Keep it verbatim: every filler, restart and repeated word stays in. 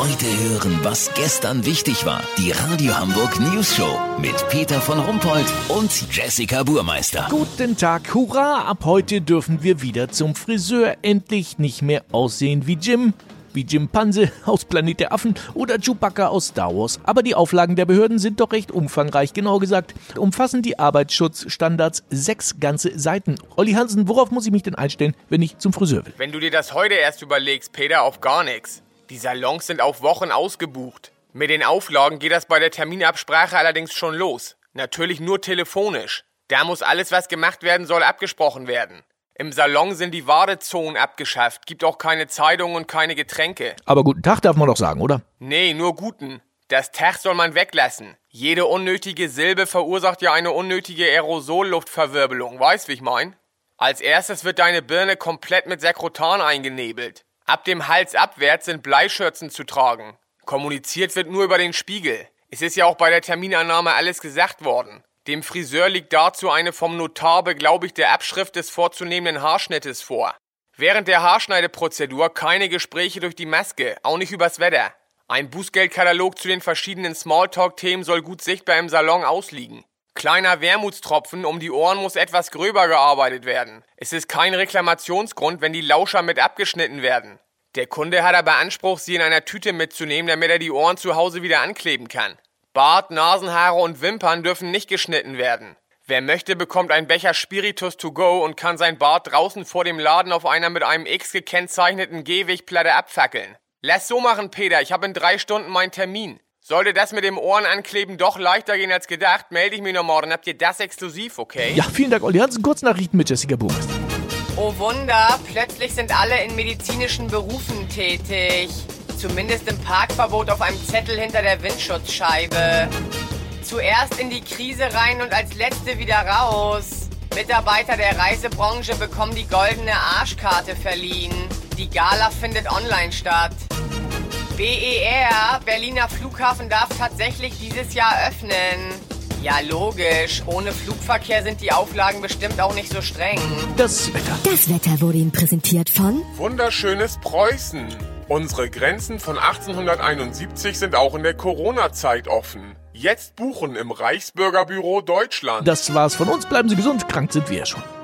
Heute hören, was gestern wichtig war. Die Radio Hamburg News Show mit Peter von Rumpold und Jessica Burmeister. Guten Tag, hurra! Ab heute dürfen wir wieder zum Friseur. Endlich nicht mehr aussehen wie Jim, wie Jimpanse aus Planet der Affen oder Chewbacca aus Star Wars. Aber die Auflagen der Behörden sind doch recht umfangreich. Genau gesagt, umfassen die Arbeitsschutzstandards sechs ganze Seiten. Olli Hansen, worauf muss ich mich denn einstellen, wenn ich zum Friseur will? Wenn du dir das heute erst überlegst, Peter, auf gar nichts. Die Salons sind auf Wochen ausgebucht. Mit den Auflagen geht das bei der Terminabsprache allerdings schon los. Natürlich nur telefonisch. Da muss alles, was gemacht werden soll, abgesprochen werden. Im Salon sind die Wartezonen abgeschafft, gibt auch keine Zeitungen und keine Getränke. Aber guten Tag darf man doch sagen, oder? Nee, nur guten. Das Tag soll man weglassen. Jede unnötige Silbe verursacht ja eine unnötige Aerosolluftverwirbelung, weißt wie ich mein? Als erstes wird deine Birne komplett mit Sakrotan eingenebelt. Ab dem Hals abwärts sind Bleischürzen zu tragen. Kommuniziert wird nur über den Spiegel. Es ist ja auch bei der Terminannahme alles gesagt worden. Dem Friseur liegt dazu eine vom Notar beglaubigte Abschrift des vorzunehmenden Haarschnittes vor. Während der Haarschneideprozedur keine Gespräche durch die Maske, auch nicht übers Wetter. Ein Bußgeldkatalog zu den verschiedenen Smalltalk-Themen soll gut sichtbar im Salon ausliegen. Kleiner Wermutstropfen, um die Ohren muss etwas gröber gearbeitet werden. Es ist kein Reklamationsgrund, wenn die Lauscher mit abgeschnitten werden. Der Kunde hat aber Anspruch, sie in einer Tüte mitzunehmen, damit er die Ohren zu Hause wieder ankleben kann. Bart, Nasenhaare und Wimpern dürfen nicht geschnitten werden. Wer möchte, bekommt einen Becher Spiritus to go und kann sein Bart draußen vor dem Laden auf einer mit einem X gekennzeichneten Gehwegplatte abfackeln. Lass so machen, Peter, ich habe in drei Stunden meinen Termin. Sollte das mit dem Ohrenankleben doch leichter gehen als gedacht, melde ich mich noch morgen. Habt ihr das exklusiv, okay? Ja, vielen Dank, Olli Hansen. Kurznachrichten mit Jessica Burmeister. Oh Wunder, plötzlich sind alle in medizinischen Berufen tätig. Zumindest im Parkverbot auf einem Zettel hinter der Windschutzscheibe. Zuerst in die Krise rein und als Letzte wieder raus. Mitarbeiter der Reisebranche bekommen die goldene Arschkarte verliehen. Die Gala findet online statt. B E R, Berliner Flughafen, darf tatsächlich dieses Jahr öffnen. Ja, logisch. Ohne Flugverkehr sind die Auflagen bestimmt auch nicht so streng. Das Wetter. Das Wetter wurde Ihnen präsentiert von Wunderschönes Preußen. Unsere Grenzen von achtzehnhunderteinundsiebzig sind auch in der Corona-Zeit offen. Jetzt buchen im Reichsbürgerbüro Deutschland. Das war's von uns. Bleiben Sie gesund. Krank sind wir ja schon.